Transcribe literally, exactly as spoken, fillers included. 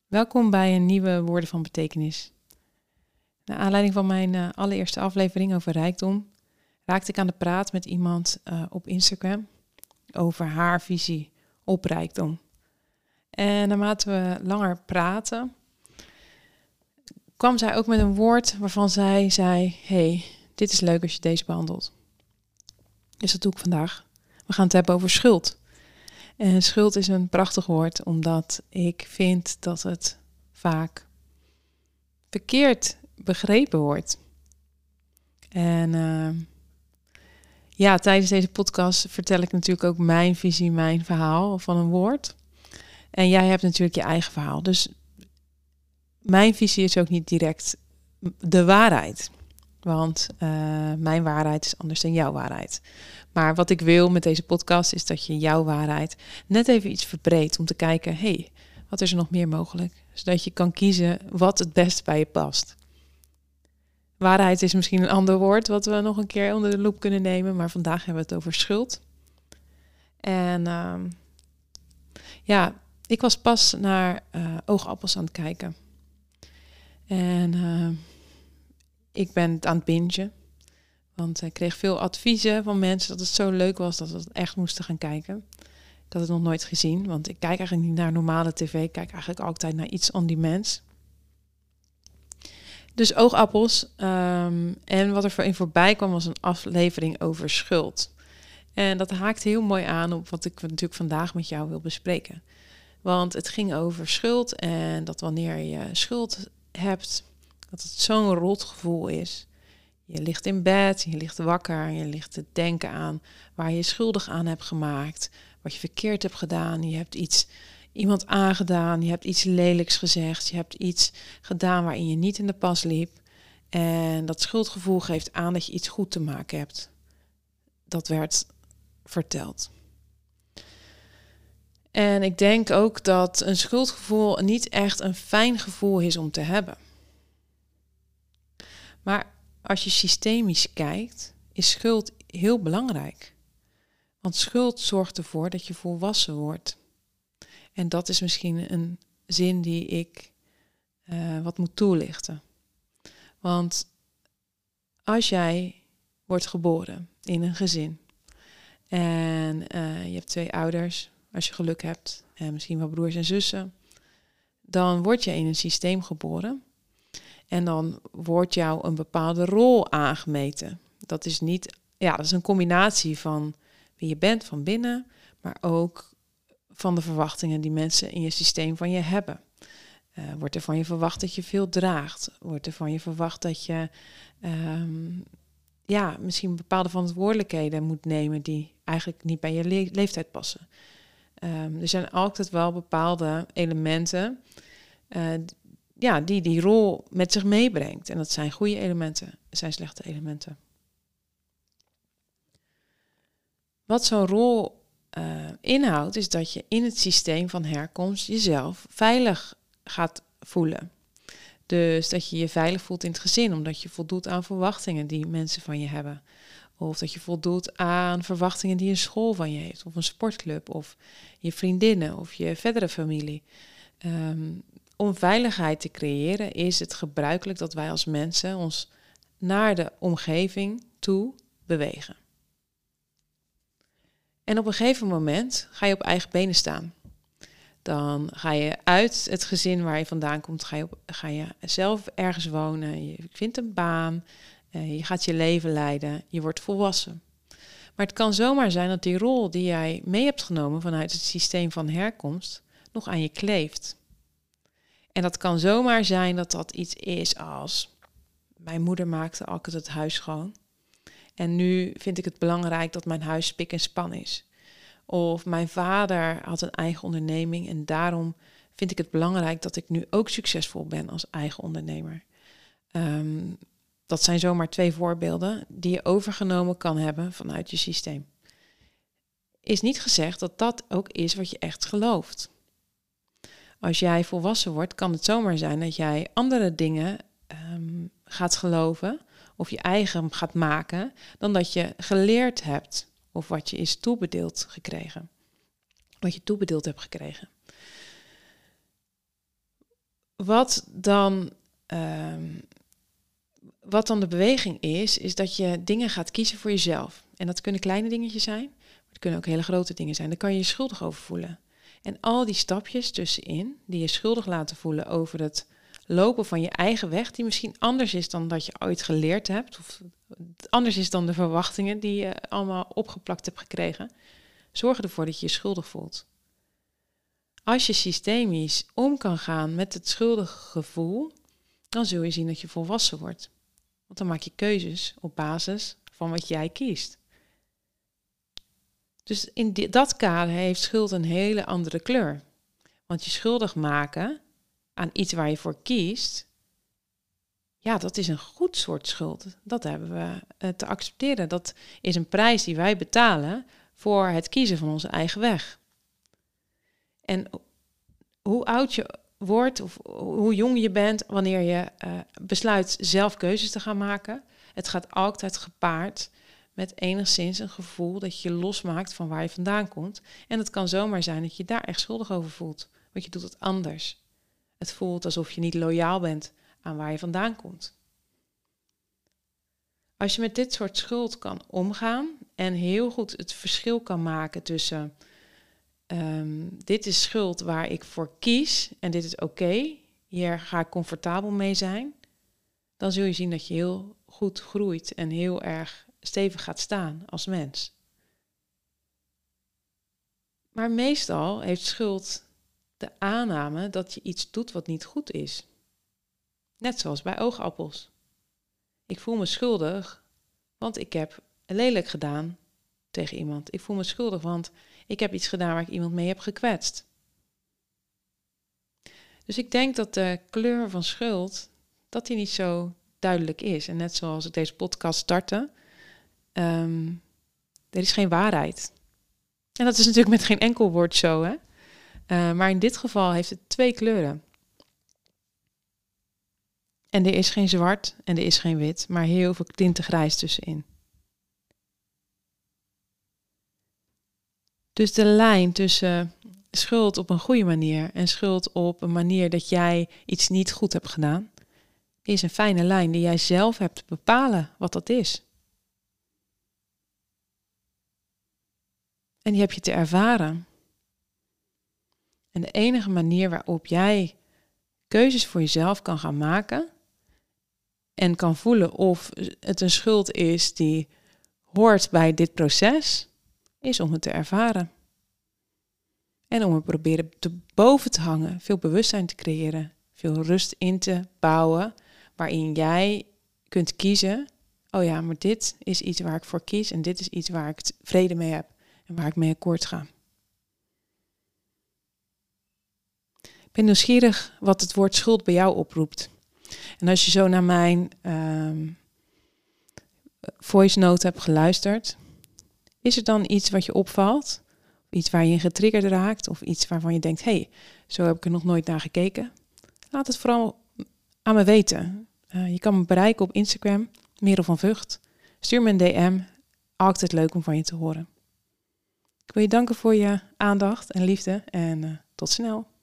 Welkom bij een nieuwe Woorden van Betekenis. Naar aanleiding van mijn uh, allereerste aflevering over rijkdom raakte ik aan de praat met iemand uh, op Instagram over haar visie op rijkdom. En naarmate we langer praten, kwam zij ook met een woord waarvan zij zei, hey, dit is leuk als je deze behandelt. Dus dat doe ik vandaag. We gaan het hebben over schuld. En schuld is een prachtig woord, omdat ik vind dat het vaak verkeerd begrepen wordt. En uh, ja, tijdens deze podcast vertel ik natuurlijk ook mijn visie, mijn verhaal van een woord. En jij hebt natuurlijk je eigen verhaal. Dus mijn visie is ook niet direct de waarheid. Want uh, mijn waarheid is anders dan jouw waarheid. Maar wat ik wil met deze podcast is dat je jouw waarheid net even iets verbreedt om te kijken, hé, hey, wat is er nog meer mogelijk? Zodat je kan kiezen wat het best bij je past. Waarheid is misschien een ander woord wat we nog een keer onder de loep kunnen nemen, maar vandaag hebben we het over schuld. En uh, ja, ik was pas naar uh, oogappels aan het kijken. En uh, ik ben het aan het bingen. Want ik kreeg veel adviezen van mensen dat het zo leuk was dat we het echt moesten gaan kijken. Ik had het nog nooit gezien, want ik kijk eigenlijk niet naar normale tv. Ik kijk eigenlijk altijd naar iets on demand. Dus oogappels. Um, en wat er voor in voorbij kwam was een aflevering over schuld. En dat haakt heel mooi aan op wat ik natuurlijk vandaag met jou wil bespreken. Want het ging over schuld en dat wanneer je schuld hebt, dat het zo'n rot gevoel is. Je ligt in bed, je ligt wakker, je ligt te denken aan waar je je schuldig aan hebt gemaakt, wat je verkeerd hebt gedaan. Je hebt iets, iemand aangedaan, je hebt iets lelijks gezegd, je hebt iets gedaan waarin je niet in de pas liep. En dat schuldgevoel geeft aan dat je iets goed te maken hebt. Dat werd verteld. En ik denk ook dat een schuldgevoel niet echt een fijn gevoel is om te hebben. Maar als je systemisch kijkt, is schuld heel belangrijk. Want schuld zorgt ervoor dat je volwassen wordt. En dat is misschien een zin die ik uh, wat moet toelichten. Want als jij wordt geboren in een gezin en uh, je hebt twee ouders, als je geluk hebt, en misschien wel broers en zussen, dan word je in een systeem geboren. En dan wordt jou een bepaalde rol aangemeten. Dat is niet, ja, dat is een combinatie van wie je bent van binnen, maar ook van de verwachtingen die mensen in je systeem van je hebben. Uh, wordt er van je verwacht dat je veel draagt? Wordt er van je verwacht dat je um, ja, misschien bepaalde verantwoordelijkheden moet nemen die eigenlijk niet bij je le- leeftijd passen? Um, er zijn altijd wel bepaalde elementen uh, Ja, die die rol met zich meebrengt. En dat zijn goede elementen, dat zijn slechte elementen. Wat zo'n rol uh, inhoudt, is dat je in het systeem van herkomst jezelf veilig gaat voelen. Dus dat je je veilig voelt in het gezin, omdat je voldoet aan verwachtingen die mensen van je hebben. Of dat je voldoet aan verwachtingen die een school van je heeft, of een sportclub, of je vriendinnen, of je verdere familie. Um, Om veiligheid te creëren is het gebruikelijk dat wij als mensen ons naar de omgeving toe bewegen. En op een gegeven moment ga je op eigen benen staan. Dan ga je uit het gezin waar je vandaan komt, ga je, op, ga je zelf ergens wonen, je vindt een baan, je gaat je leven leiden, je wordt volwassen. Maar het kan zomaar zijn dat die rol die jij mee hebt genomen vanuit het systeem van herkomst nog aan je kleeft. En dat kan zomaar zijn dat dat iets is als, mijn moeder maakte altijd het huis schoon. En nu vind ik het belangrijk dat mijn huis spik en span is. Of mijn vader had een eigen onderneming en daarom vind ik het belangrijk dat ik nu ook succesvol ben als eigen ondernemer. Um, dat zijn zomaar twee voorbeelden die je overgenomen kan hebben vanuit je systeem. Is niet gezegd dat dat ook is wat je echt gelooft. Als jij volwassen wordt, kan het zomaar zijn dat jij andere dingen um, gaat geloven of je eigen gaat maken dan dat je geleerd hebt of wat je is toebedeeld gekregen. Wat je toebedeeld hebt gekregen. wat dan, um, wat dan de beweging is, is dat je dingen gaat kiezen voor jezelf. En dat kunnen kleine dingetjes zijn, maar het kunnen ook hele grote dingen zijn. Daar kan je je schuldig over voelen. En al die stapjes tussenin, die je schuldig laten voelen over het lopen van je eigen weg, die misschien anders is dan dat je ooit geleerd hebt, of anders is dan de verwachtingen die je allemaal opgeplakt hebt gekregen, zorgen ervoor dat je je schuldig voelt. Als je systemisch om kan gaan met het schuldige gevoel, dan zul je zien dat je volwassen wordt. Want dan maak je keuzes op basis van wat jij kiest. Dus in die, dat kader heeft schuld een hele andere kleur. Want je schuldig maken aan iets waar je voor kiest, ja, dat is een goed soort schuld. Dat hebben we uh, te accepteren. Dat is een prijs die wij betalen voor het kiezen van onze eigen weg. En hoe oud je wordt of hoe jong je bent wanneer je uh, besluit zelf keuzes te gaan maken, het gaat altijd gepaard met enigszins een gevoel dat je je losmaakt van waar je vandaan komt. En het kan zomaar zijn dat je daar echt schuldig over voelt, want je doet het anders. Het voelt alsof je niet loyaal bent aan waar je vandaan komt. Als je met dit soort schuld kan omgaan en heel goed het verschil kan maken tussen um, dit is schuld waar ik voor kies en dit is oké, okay, hier ga ik comfortabel mee zijn, dan zul je zien dat je heel goed groeit en heel erg stevig gaat staan als mens. Maar meestal heeft schuld de aanname dat je iets doet wat niet goed is. Net zoals bij oogappels. Ik voel me schuldig, want ik heb lelijk gedaan tegen iemand. Ik voel me schuldig, want ik heb iets gedaan waar ik iemand mee heb gekwetst. Dus ik denk dat de kleur van schuld, dat die niet zo duidelijk is. En net zoals ik deze podcast startte, um, er is geen waarheid. En dat is natuurlijk met geen enkel woord zo, hè. Uh, maar in dit geval heeft het twee kleuren. En er is geen zwart en er is geen wit, maar heel veel tinten grijs tussenin. Dus de lijn tussen schuld op een goede manier en schuld op een manier dat jij iets niet goed hebt gedaan, is een fijne lijn die jij zelf hebt te bepalen wat dat is. En die heb je te ervaren. En de enige manier waarop jij keuzes voor jezelf kan gaan maken en kan voelen of het een schuld is die hoort bij dit proces, is om het te ervaren. En om er proberen te boven te hangen, veel bewustzijn te creëren, veel rust in te bouwen, waarin jij kunt kiezen, oh ja, maar dit is iets waar ik voor kies en dit is iets waar ik vrede mee heb en waar ik mee akkoord ga. Ik ben nieuwsgierig wat het woord schuld bij jou oproept. En als je zo naar mijn um, voice note hebt geluisterd, is er dan iets wat je opvalt? Iets waar je in getriggerd raakt? Of iets waarvan je denkt, hé, hey, zo heb ik er nog nooit naar gekeken? Laat het vooral aan me weten. Uh, je kan me bereiken op Instagram, Merel van Vught. Stuur me een D M. Altijd leuk om van je te horen. Ik wil je danken voor je aandacht en liefde en uh, tot snel.